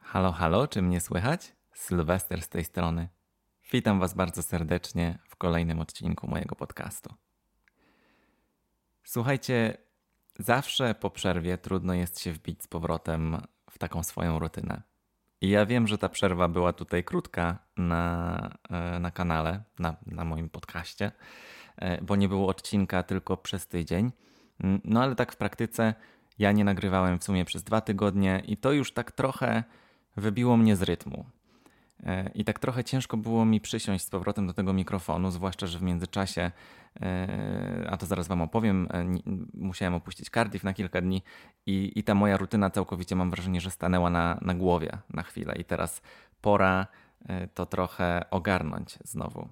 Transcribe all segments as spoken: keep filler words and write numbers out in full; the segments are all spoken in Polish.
Halo, halo, czy mnie słychać? Sylwester z tej strony. Witam Was bardzo serdecznie w kolejnym odcinku mojego podcastu. Słuchajcie, zawsze po przerwie trudno jest się wbić z powrotem w taką swoją rutynę. I ja wiem, że ta przerwa była tutaj krótka na, na kanale, na, na moim podcaście, bo nie było odcinka tylko przez tydzień. No ale tak w praktyce ja nie nagrywałem w sumie przez dwa tygodnie i to już tak trochę wybiło mnie z rytmu. I tak trochę ciężko było mi przysiąść z powrotem do tego mikrofonu, zwłaszcza, że w międzyczasie, a to zaraz Wam opowiem, musiałem opuścić Cardiff na kilka dni i, i ta moja rutyna całkowicie, mam wrażenie, że stanęła na, na głowie na chwilę i teraz pora to trochę ogarnąć znowu.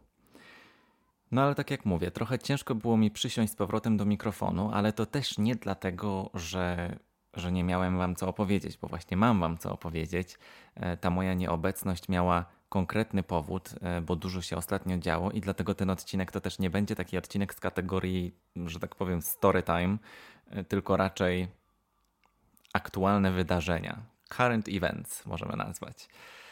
No ale tak jak mówię, trochę ciężko było mi przysiąść z powrotem do mikrofonu, ale to też nie dlatego, że że nie miałem wam co opowiedzieć, bo właśnie mam wam co opowiedzieć. Ta moja nieobecność miała konkretny powód, bo dużo się ostatnio działo i dlatego ten odcinek to też nie będzie taki odcinek z kategorii, że tak powiem, story time, tylko raczej aktualne wydarzenia. Current events możemy nazwać.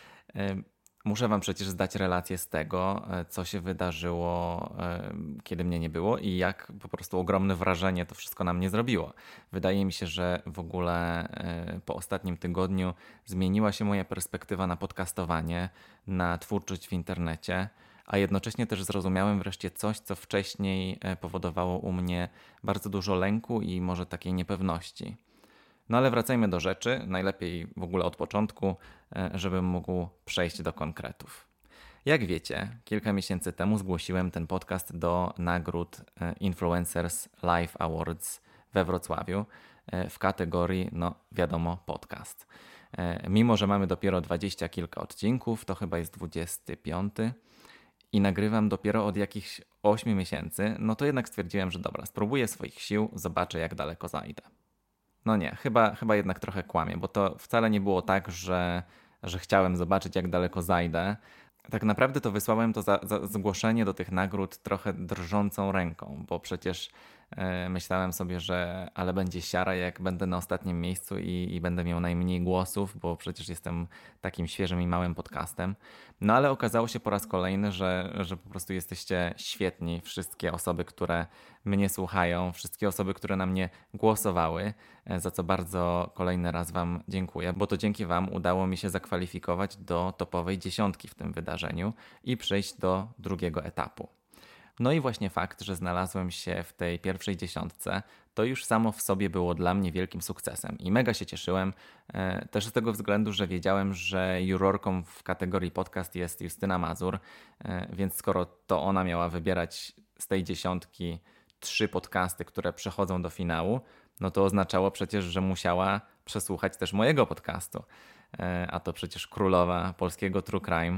Muszę wam przecież zdać relację z tego, co się wydarzyło, kiedy mnie nie było i jak po prostu ogromne wrażenie to wszystko na mnie zrobiło. Wydaje mi się, że w ogóle po ostatnim tygodniu zmieniła się moja perspektywa na podcastowanie, na twórczość w internecie, a jednocześnie też zrozumiałem wreszcie coś, co wcześniej powodowało u mnie bardzo dużo lęku i może takiej niepewności. No ale wracajmy do rzeczy, najlepiej w ogóle od początku, żebym mógł przejść do konkretów. Jak wiecie, kilka miesięcy temu zgłosiłem ten podcast do nagród Influencers Live Awards we Wrocławiu w kategorii, no wiadomo, podcast. Mimo że mamy dopiero dwadzieścia kilka odcinków, to chyba jest dwudziesty piąty i nagrywam dopiero od jakichś ośmiu miesięcy, no to jednak stwierdziłem, że dobra, spróbuję swoich sił, zobaczę jak daleko zajdę. No nie, chyba, chyba jednak trochę kłamię, bo to wcale nie było tak, że, że chciałem zobaczyć, jak daleko zajdę. Tak naprawdę to wysłałem to za, za zgłoszenie do tych nagród trochę drżącą ręką, bo przecież e, myślałem sobie, że ale będzie siara, jak będę na ostatnim miejscu i, i będę miał najmniej głosów, bo przecież jestem takim świeżym i małym podcastem. No ale okazało się po raz kolejny, że, że po prostu jesteście świetni, wszystkie osoby, które mnie słuchają, wszystkie osoby, które na mnie głosowały, za co bardzo kolejny raz Wam dziękuję, bo to dzięki Wam udało mi się zakwalifikować do topowej dziesiątki w tym wydarzeniu i przejść do drugiego etapu. No i właśnie fakt, że znalazłem się w tej pierwszej dziesiątce, to już samo w sobie było dla mnie wielkim sukcesem i mega się cieszyłem, e, też z tego względu, że wiedziałem, że jurorką w kategorii podcast jest Justyna Mazur, e, więc skoro to ona miała wybierać z tej dziesiątki trzy podcasty, które przechodzą do finału, no to oznaczało przecież, że musiała przesłuchać też mojego podcastu, e, a to przecież królowa polskiego true crime.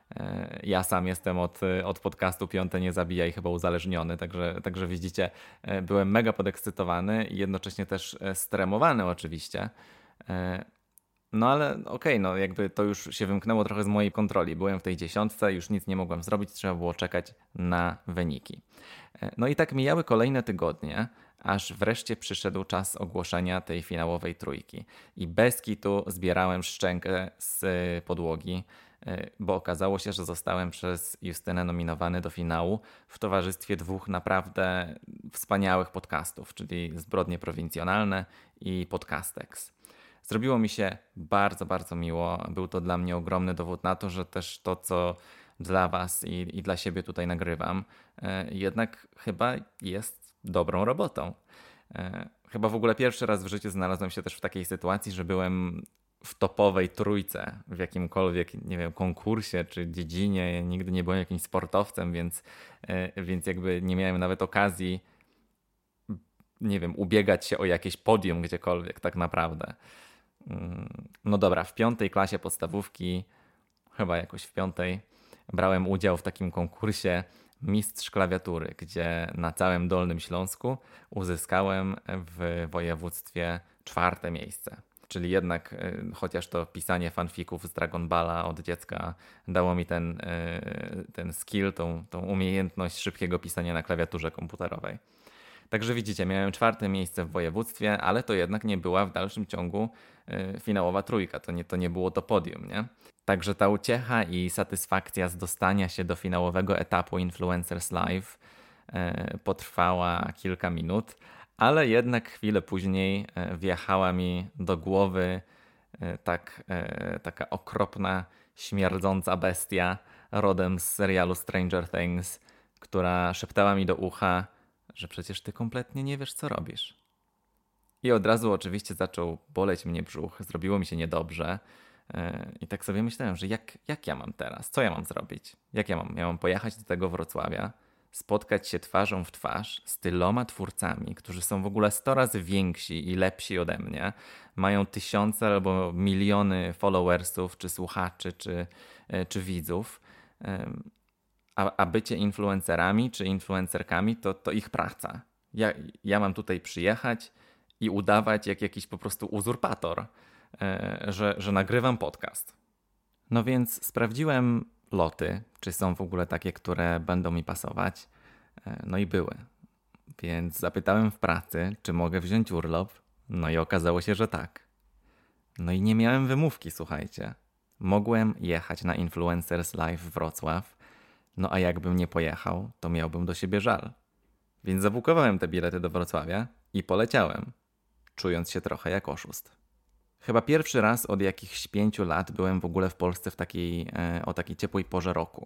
Ja sam jestem od, od podcastu Piąte Nie Zabijaj chyba uzależniony, także, także widzicie, byłem mega podekscytowany i jednocześnie też stremowany oczywiście. No ale okej, okay, no jakby to już się wymknęło trochę z mojej kontroli. Byłem w tej dziesiątce, już nic nie mogłem zrobić, trzeba było czekać na wyniki. No i tak mijały kolejne tygodnie, aż wreszcie przyszedł czas ogłoszenia tej finałowej trójki. I bez kitu zbierałem szczękę z podłogi, bo okazało się, że zostałem przez Justynę nominowany do finału w towarzystwie dwóch naprawdę wspaniałych podcastów, czyli Zbrodnie Prowincjonalne i Podcastex. Zrobiło mi się bardzo, bardzo miło. Był to dla mnie ogromny dowód na to, że też to, co dla Was i, i dla siebie tutaj nagrywam, jednak chyba jest dobrą robotą. Chyba w ogóle pierwszy raz w życiu znalazłem się też w takiej sytuacji, że byłem w topowej trójce w jakimkolwiek, nie wiem, konkursie czy dziedzinie. Nigdy nie byłem jakimś sportowcem, więc, więc jakby nie miałem nawet okazji, nie wiem, ubiegać się o jakieś podium gdziekolwiek tak naprawdę. No dobra, w piątej klasie podstawówki, chyba jakoś w piątej, brałem udział w takim konkursie Mistrz Klawiatury, gdzie na całym Dolnym Śląsku uzyskałem w województwie czwarte miejsce. Czyli jednak chociaż to pisanie fanfików z Dragon Balla od dziecka dało mi ten, ten skill, tą, tą umiejętność szybkiego pisania na klawiaturze komputerowej. Także widzicie, miałem czwarte miejsce w województwie, ale to jednak nie była w dalszym ciągu y, finałowa trójka, to nie, to nie było to podium, nie? Także ta uciecha i satysfakcja z dostania się do finałowego etapu Influencers Live y, potrwała kilka minut, ale jednak chwilę później y, wjechała mi do głowy y, tak, y, taka okropna, śmierdząca bestia rodem z serialu Stranger Things, która szeptała mi do ucha, że przecież ty kompletnie nie wiesz, co robisz. I od razu oczywiście zaczął boleć mnie brzuch, zrobiło mi się niedobrze. Yy, I tak sobie myślałem, że jak, jak ja mam teraz? Co ja mam zrobić? Jak ja mam? Ja mam pojechać do tego Wrocławia, spotkać się twarzą w twarz z tyloma twórcami, którzy są w ogóle sto razy więksi i lepsi ode mnie, mają tysiące albo miliony followersów, czy słuchaczy, czy, yy, czy widzów. Yy, A, a bycie influencerami czy influencerkami to, to ich praca. Ja, ja mam tutaj przyjechać i udawać jak jakiś po prostu uzurpator, e, że, że nagrywam podcast. No więc sprawdziłem loty, czy są w ogóle takie, które będą mi pasować. E, no i były. Więc zapytałem w pracy, czy mogę wziąć urlop. No i okazało się, że tak. No i nie miałem wymówki, słuchajcie. Mogłem jechać na Influencers Live w Wrocław. No a jakbym nie pojechał, to miałbym do siebie żal. Więc zabukowałem te bilety do Wrocławia i poleciałem, czując się trochę jak oszust. Chyba pierwszy raz od jakichś pięciu lat byłem w ogóle w Polsce w takiej, e, o takiej ciepłej porze roku.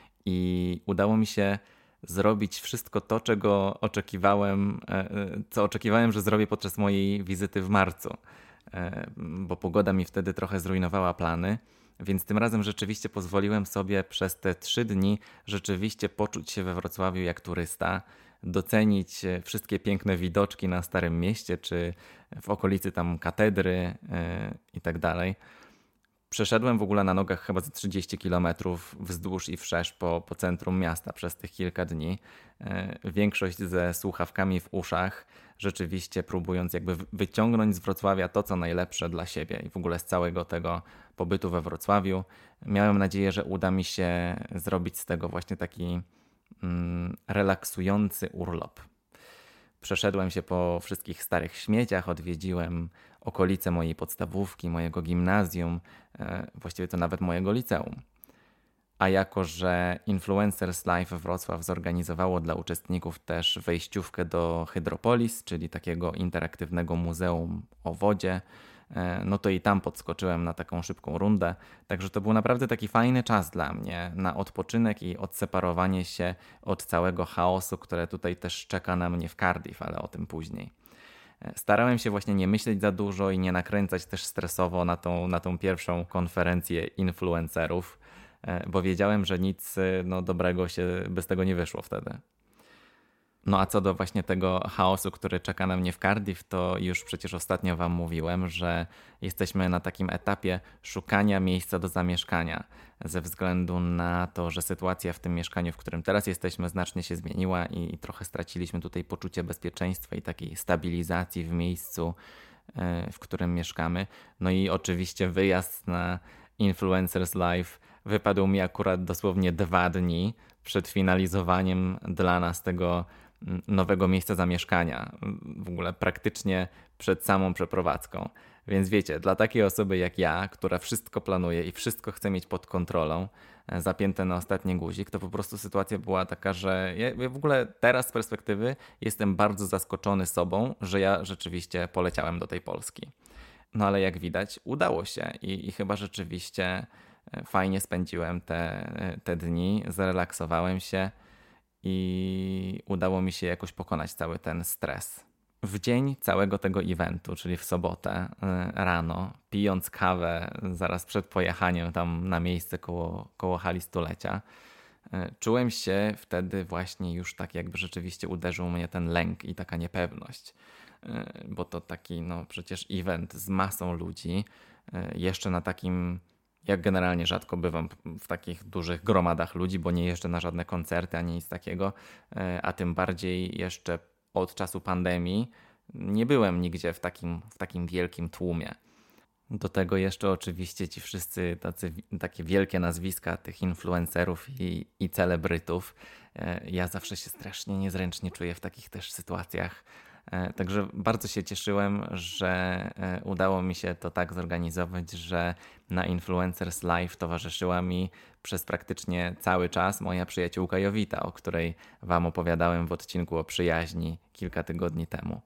I udało mi się zrobić wszystko to, czego oczekiwałem, e, co oczekiwałem, że zrobię podczas mojej wizyty w marcu. E, bo pogoda mi wtedy trochę zrujnowała plany. Więc tym razem rzeczywiście pozwoliłem sobie przez te trzy dni rzeczywiście poczuć się we Wrocławiu jak turysta, docenić wszystkie piękne widoczki na Starym Mieście, czy w okolicy tam katedry yy, i tak dalej. Przeszedłem w ogóle na nogach chyba ze trzydzieści kilometrów wzdłuż i wszerz po, po centrum miasta przez tych kilka dni. Yy, większość ze słuchawkami w uszach, rzeczywiście próbując jakby wyciągnąć z Wrocławia to, co najlepsze dla siebie i w ogóle z całego tego pobytu we Wrocławiu. Miałem nadzieję, że uda mi się zrobić z tego właśnie taki mm, relaksujący urlop. Przeszedłem się po wszystkich starych śmieciach, odwiedziłem okolice mojej podstawówki, mojego gimnazjum, e, właściwie to nawet mojego liceum. A jako że Influencers Live Wrocław zorganizowało dla uczestników też wejściówkę do Hydropolis, czyli takiego interaktywnego muzeum o wodzie, no to i tam podskoczyłem na taką szybką rundę. Także to był naprawdę taki fajny czas dla mnie na odpoczynek i odseparowanie się od całego chaosu, które tutaj też czeka na mnie w Cardiff, ale o tym później. Starałem się właśnie nie myśleć za dużo i nie nakręcać też stresowo na tą, na tą pierwszą konferencję influencerów, bo wiedziałem, że nic no, dobrego się bez tego nie wyszło wtedy. No a co do właśnie tego chaosu, który czeka na mnie w Cardiff, to już przecież ostatnio wam mówiłem, że jesteśmy na takim etapie szukania miejsca do zamieszkania ze względu na to, że sytuacja w tym mieszkaniu, w którym teraz jesteśmy, znacznie się zmieniła i trochę straciliśmy tutaj poczucie bezpieczeństwa i takiej stabilizacji w miejscu, w którym mieszkamy. No i oczywiście wyjazd na Influencers Live wypadł mi akurat dosłownie dwa dni przed finalizowaniem dla nas tego nowego miejsca zamieszkania, w ogóle praktycznie przed samą przeprowadzką. Więc wiecie, dla takiej osoby jak ja, która wszystko planuje i wszystko chce mieć pod kontrolą, zapięte na ostatni guzik, to po prostu sytuacja była taka, że ja, ja w ogóle teraz z perspektywy jestem bardzo zaskoczony sobą, że ja rzeczywiście poleciałem do tej Polski. No ale jak widać, udało się i, i chyba rzeczywiście fajnie spędziłem te, te dni, zrelaksowałem się i udało mi się jakoś pokonać cały ten stres. W dzień całego tego eventu, czyli w sobotę rano, pijąc kawę zaraz przed pojechaniem tam na miejsce koło, koło hali stulecia, czułem się wtedy właśnie już tak, jakby rzeczywiście uderzył mnie ten lęk i taka niepewność. Bo to taki no przecież event z masą ludzi, jeszcze na takim, jak generalnie rzadko bywam w takich dużych gromadach ludzi, bo nie jeżdżę na żadne koncerty ani nic takiego, a tym bardziej jeszcze od czasu pandemii nie byłem nigdzie w takim, w takim wielkim tłumie. Do tego jeszcze oczywiście ci wszyscy tacy, takie wielkie nazwiska tych influencerów i, i celebrytów. E, Ja zawsze się strasznie niezręcznie czuję w takich też sytuacjach. E, Także bardzo się cieszyłem, że e, udało mi się to tak zorganizować, że na Influencers Live towarzyszyła mi przez praktycznie cały czas moja przyjaciółka Jowita, o której wam opowiadałem w odcinku o przyjaźni kilka tygodni temu.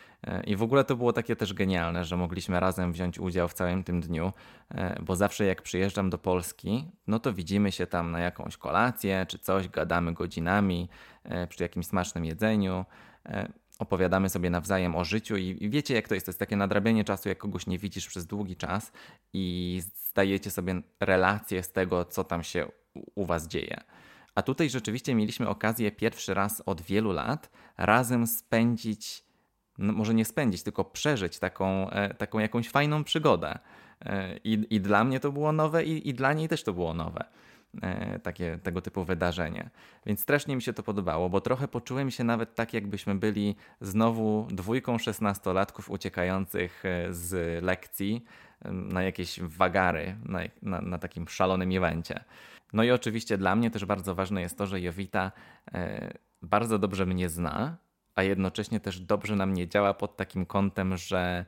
I w ogóle to było takie też genialne, że mogliśmy razem wziąć udział w całym tym dniu, e, bo zawsze jak przyjeżdżam do Polski, no to widzimy się tam na jakąś kolację czy coś, gadamy godzinami e, przy jakimś smacznym jedzeniu, e, opowiadamy sobie nawzajem o życiu i i wiecie jak to jest, to jest takie nadrabianie czasu, jak kogoś nie widzisz przez długi czas i zdajecie sobie relację z tego, co tam się u u was dzieje. A tutaj rzeczywiście mieliśmy okazję pierwszy raz od wielu lat razem spędzić, no może nie spędzić, tylko przeżyć taką, e, taką jakąś fajną przygodę. E, I, I dla mnie to było nowe, i, i dla niej też to było nowe. E, Takie tego typu wydarzenie. Więc strasznie mi się to podobało, bo trochę poczułem się nawet tak, jakbyśmy byli znowu dwójką szesnastolatków uciekających e, z lekcji em, na jakieś wagary, na, na, na takim szalonym evencie. No i oczywiście dla mnie też bardzo ważne jest to, że Jowita e, bardzo dobrze mnie zna, a jednocześnie też dobrze na mnie działa pod takim kątem, że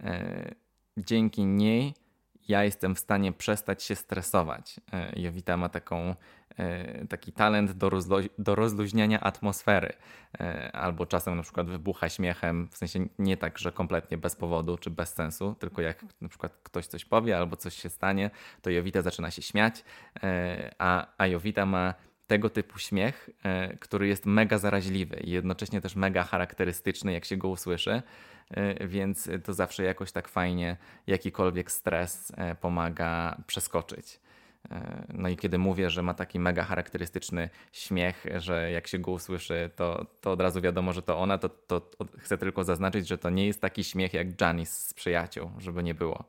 e, dzięki niej ja jestem w stanie przestać się stresować. E, Jowita ma taką, e, taki talent do, rozlo- do rozluźniania atmosfery, e, albo czasem na przykład wybucha śmiechem, w sensie nie tak, że kompletnie bez powodu czy bez sensu, tylko jak na przykład ktoś coś powie albo coś się stanie, to Jowita zaczyna się śmiać, e, a, a Jowita ma tego typu śmiech, e, który jest mega zaraźliwy i jednocześnie też mega charakterystyczny, jak się go usłyszy, e, więc to zawsze jakoś tak fajnie jakikolwiek stres e, pomaga przeskoczyć. E, No i kiedy mówię, że ma taki mega charakterystyczny śmiech, że jak się go usłyszy, to, to od razu wiadomo, że to ona, to, to chcę tylko zaznaczyć, że to nie jest taki śmiech jak Janice z Przyjaciół, żeby nie było.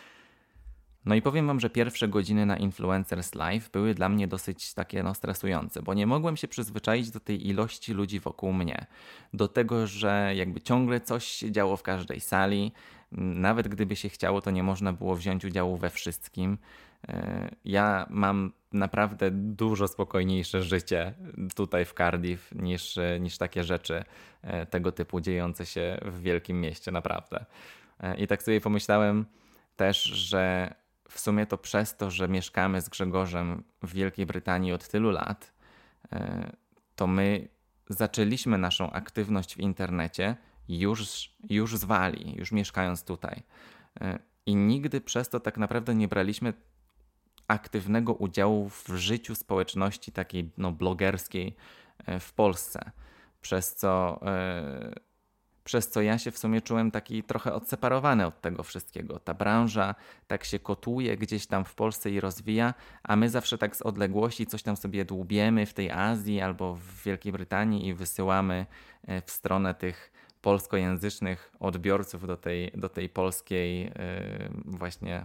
No i powiem wam, że pierwsze godziny na Influencers Live były dla mnie dosyć takie no, stresujące, bo nie mogłem się przyzwyczaić do tej ilości ludzi wokół mnie. Do tego, że jakby ciągle coś się działo w każdej sali. Nawet gdyby się chciało, to nie można było wziąć udziału we wszystkim. E, Ja mam naprawdę dużo spokojniejsze życie tutaj w Cardiff niż, niż takie rzeczy e, tego typu dziejące się w wielkim mieście, naprawdę. E, I tak sobie pomyślałem też, że w sumie to przez to, że mieszkamy z Grzegorzem w Wielkiej Brytanii od tylu lat, e, to my zaczęliśmy naszą aktywność w internecie już, już z Walii, już mieszkając tutaj. E, I nigdy przez to tak naprawdę nie braliśmy aktywnego udziału w życiu społeczności takiej no, blogerskiej e, w Polsce. Przez co e, przez co ja się w sumie czułem taki trochę odseparowany od tego wszystkiego. Ta branża tak się kotuje gdzieś tam w Polsce i rozwija, a my zawsze tak z odległości coś tam sobie dłubiemy w tej Azji albo w Wielkiej Brytanii i wysyłamy e, w stronę tych polskojęzycznych odbiorców do tej, do tej polskiej yy, właśnie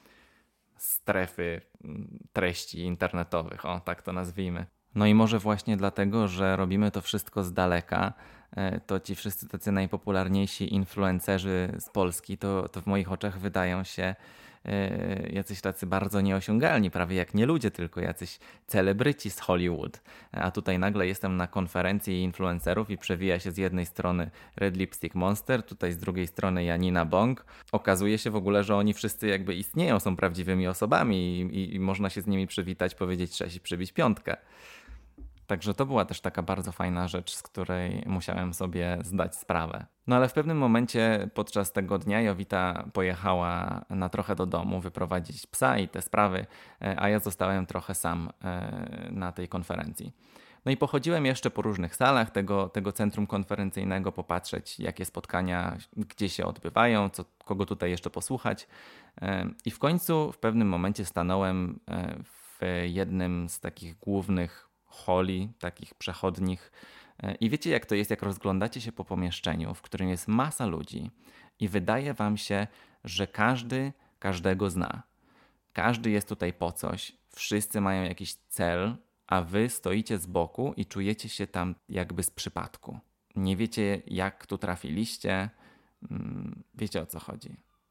strefy mm, treści internetowych, o tak to nazwijmy. No i może właśnie dlatego, że robimy to wszystko z daleka, e, to ci wszyscy tacy najpopularniejsi influencerzy z Polski to, to w moich oczach wydają się e, jacyś tacy bardzo nieosiągalni, prawie jak nie ludzie, tylko jacyś celebryci z Hollywood. A tutaj nagle jestem na konferencji influencerów i przewija się z jednej strony Red Lipstick Monster, tutaj z drugiej strony Janina Bong. Okazuje się w ogóle, że oni wszyscy jakby istnieją, są prawdziwymi osobami i, i, i można się z nimi przywitać, powiedzieć cześć i przybić piątkę. Także to była też taka bardzo fajna rzecz, z której musiałem sobie zdać sprawę. No ale w pewnym momencie podczas tego dnia Jowita pojechała na trochę do domu wyprowadzić psa i te sprawy, e, a ja zostałem trochę sam e, na tej konferencji. No i pochodziłem jeszcze po różnych salach tego, tego centrum konferencyjnego, popatrzeć jakie spotkania gdzie się odbywają, co, kogo tutaj jeszcze posłuchać. E, I w końcu w pewnym momencie stanąłem e, w jednym z takich głównych holi, takich przechodnich. I wiecie jak to jest, jak rozglądacie się po pomieszczeniu, w którym jest masa ludzi i wydaje wam się, że każdy każdego zna. Każdy jest tutaj po coś, wszyscy mają jakiś cel, a wy stoicie z boku i czujecie się tam jakby z przypadku. Nie wiecie jak tu trafiliście, wiecie o co chodzi.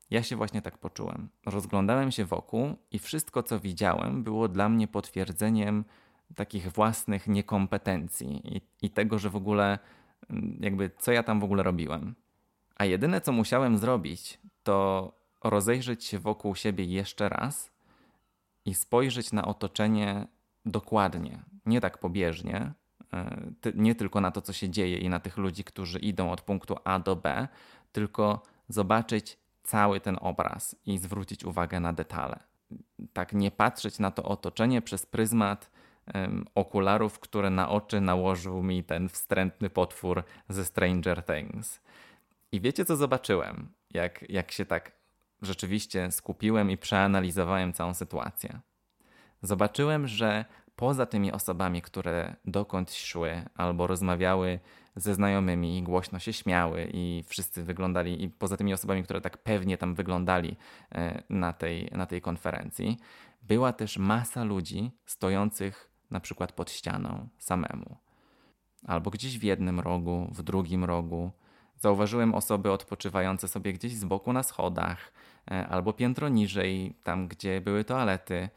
Ja się właśnie tak poczułem. Rozglądałem się wokół i wszystko, co widziałem, było dla mnie potwierdzeniem takich własnych niekompetencji i, i tego, że w ogóle mm, jakby co ja tam w ogóle robiłem. A jedyne, co musiałem zrobić, to rozejrzeć się wokół siebie jeszcze raz i spojrzeć na otoczenie dokładnie, nie tak pobieżnie, e, nie tylko na to, co się dzieje i na tych ludzi, którzy idą od punktu A do B, tylko zobaczyć cały ten obraz i zwrócić uwagę na detale. Tak nie patrzeć na to otoczenie przez pryzmat um, okularów, które na oczy nałożył mi ten wstrętny potwór ze Stranger Things. I wiecie, co zobaczyłem, jak, jak się tak rzeczywiście skupiłem i przeanalizowałem całą sytuację. Zobaczyłem, że poza tymi osobami, które dokądś szły albo rozmawiały ze znajomymi i głośno się śmiały i wszyscy wyglądali, i poza tymi osobami, które tak pewnie tam wyglądali na tej, na tej konferencji, była też masa ludzi stojących na przykład pod ścianą samemu. Albo gdzieś w jednym rogu, w drugim rogu. Zauważyłem osoby odpoczywające sobie gdzieś z boku na schodach, albo piętro niżej, tam gdzie były toalety.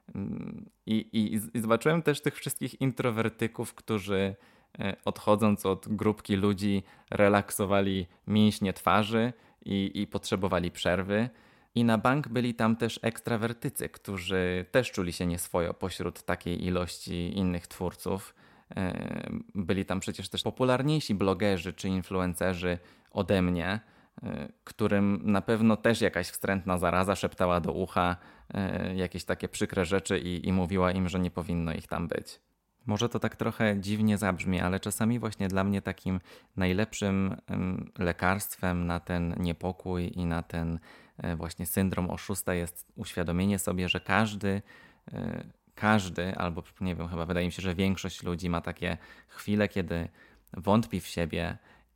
I, i, I zobaczyłem też tych wszystkich introwertyków, którzy odchodząc od grupki ludzi relaksowali mięśnie twarzy i, i potrzebowali przerwy. I na bank byli tam też ekstrawertycy, którzy też czuli się nieswojo pośród takiej ilości innych twórców. Byli tam przecież też popularniejsi blogerzy czy influencerzy ode mnie, którym na pewno też jakaś wstrętna zaraza szeptała do ucha jakieś takie przykre rzeczy i, i mówiła im, że nie powinno ich tam być. Może to tak trochę dziwnie zabrzmi, ale czasami właśnie dla mnie takim najlepszym lekarstwem na ten niepokój i na ten właśnie syndrom oszusta jest uświadomienie sobie, że każdy Każdy, albo nie wiem, chyba wydaje mi się, że większość ludzi ma takie chwile, kiedy wątpi w siebie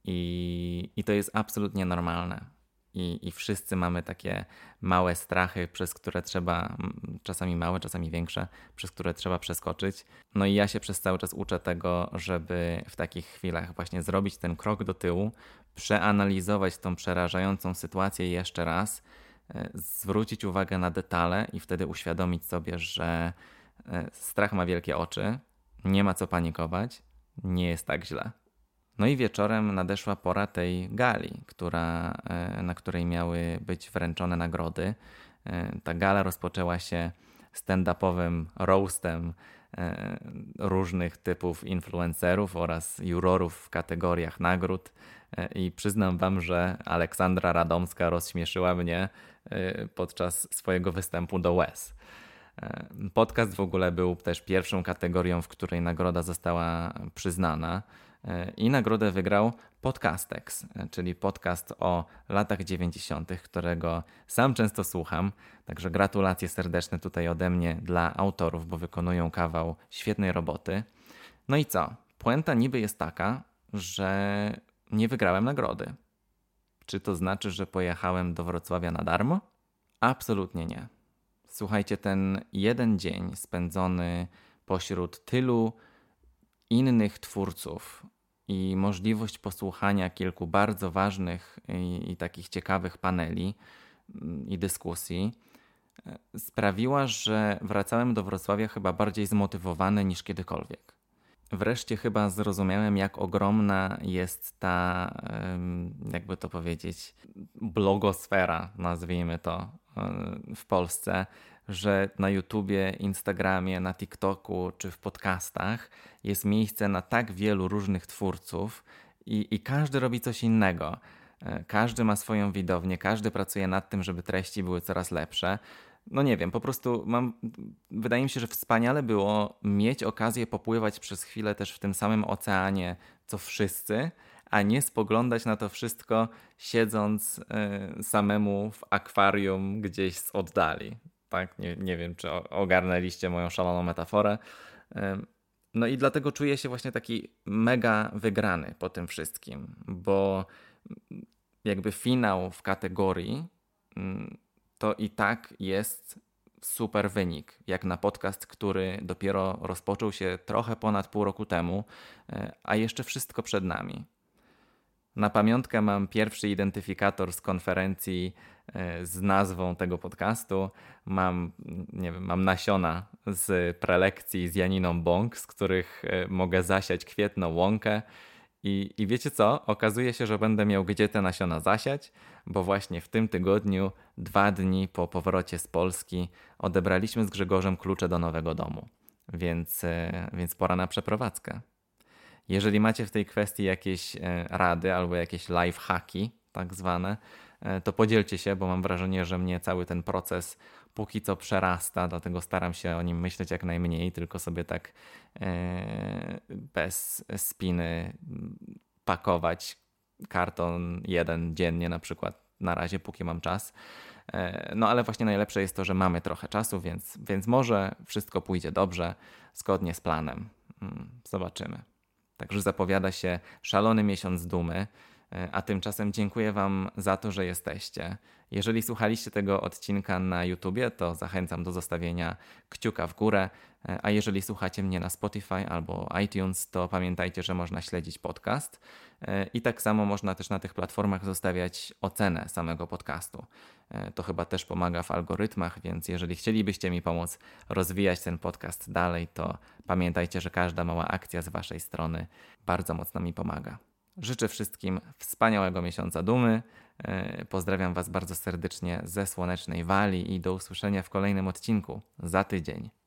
i, i to jest absolutnie normalne. I, I wszyscy mamy takie małe strachy, przez które trzeba, czasami małe, czasami większe, przez które trzeba przeskoczyć. No i ja się przez cały czas uczę tego, żeby w takich chwilach właśnie zrobić ten krok do tyłu, przeanalizować tą przerażającą sytuację jeszcze raz, zwrócić uwagę na detale i wtedy uświadomić sobie, że strach ma wielkie oczy, nie ma co panikować, nie jest tak źle. No i wieczorem nadeszła pora tej gali, która, na której miały być wręczone nagrody. Ta gala rozpoczęła się stand-upowym roastem różnych typów influencerów oraz jurorów w kategoriach nagród. I przyznam wam, że Aleksandra Radomska rozśmieszyła mnie podczas swojego występu do łez. Podcast w ogóle był też pierwszą kategorią, w której nagroda została przyznana i nagrodę wygrał Podcastex, czyli podcast o latach dziewięćdziesiątych, którego sam często słucham, także gratulacje serdeczne tutaj ode mnie dla autorów, bo wykonują kawał świetnej roboty. No i co? Puenta niby jest taka, że nie wygrałem nagrody. Czy to znaczy, że pojechałem do Wrocławia na darmo? Absolutnie nie. Słuchajcie, ten jeden dzień spędzony pośród tylu innych twórców i możliwość posłuchania kilku bardzo ważnych i, i takich ciekawych paneli i dyskusji sprawiła, że wracałem do Wrocławia chyba bardziej zmotywowany niż kiedykolwiek. Wreszcie chyba zrozumiałem, jak ogromna jest ta, jakby to powiedzieć, blogosfera, nazwijmy to, w Polsce, że na YouTubie, Instagramie, na TikToku czy w podcastach jest miejsce na tak wielu różnych twórców i, i każdy robi coś innego. Każdy ma swoją widownię, każdy pracuje nad tym, żeby treści były coraz lepsze. No nie wiem, po prostu mam, wydaje mi się, że wspaniale było mieć okazję popływać przez chwilę też w tym samym oceanie, co wszyscy, a nie spoglądać na to wszystko siedząc y, samemu w akwarium gdzieś z oddali. Tak? Nie, nie wiem, czy ogarnęliście moją szaloną metaforę. Y, no i dlatego czuję się właśnie taki mega wygrany po tym wszystkim, bo jakby finał w kategorii y, to i tak jest super wynik, jak na podcast, który dopiero rozpoczął się trochę ponad pół roku temu, a jeszcze wszystko przed nami. Na pamiątkę mam pierwszy identyfikator z konferencji e, z nazwą tego podcastu. Mam, nie wiem, mam nasiona z prelekcji z Janiną Bąk, z których e, mogę zasiać kwietną łąkę. I, I wiecie co? Okazuje się, że będę miał gdzie te nasiona zasiać, bo właśnie w tym tygodniu, dwa dni po powrocie z Polski, odebraliśmy z Grzegorzem klucze do nowego domu. Więc, e, więc pora na przeprowadzkę. Jeżeli macie w tej kwestii jakieś e, rady albo jakieś life hacki, tak zwane, e, to podzielcie się, bo mam wrażenie, że mnie cały ten proces póki co przerasta, dlatego staram się o nim myśleć jak najmniej, tylko sobie tak e, bez spiny pakować karton jeden dziennie na przykład, na razie póki mam czas. E, No ale właśnie najlepsze jest to, że mamy trochę czasu, więc, więc może wszystko pójdzie dobrze, zgodnie z planem. Mm, Zobaczymy. Także zapowiada się szalony miesiąc dumy, a tymczasem dziękuję Wam za to, że jesteście. Jeżeli słuchaliście tego odcinka na YouTubie, to zachęcam do zostawienia kciuka w górę, a jeżeli słuchacie mnie na Spotify albo iTunes, to pamiętajcie, że można śledzić podcast i tak samo można też na tych platformach zostawiać ocenę samego podcastu. To chyba też pomaga w algorytmach, więc jeżeli chcielibyście mi pomóc rozwijać ten podcast dalej, to pamiętajcie, że każda mała akcja z Waszej strony bardzo mocno mi pomaga. Życzę wszystkim wspaniałego miesiąca dumy. Pozdrawiam Was bardzo serdecznie ze słonecznej Walii i do usłyszenia w kolejnym odcinku za tydzień.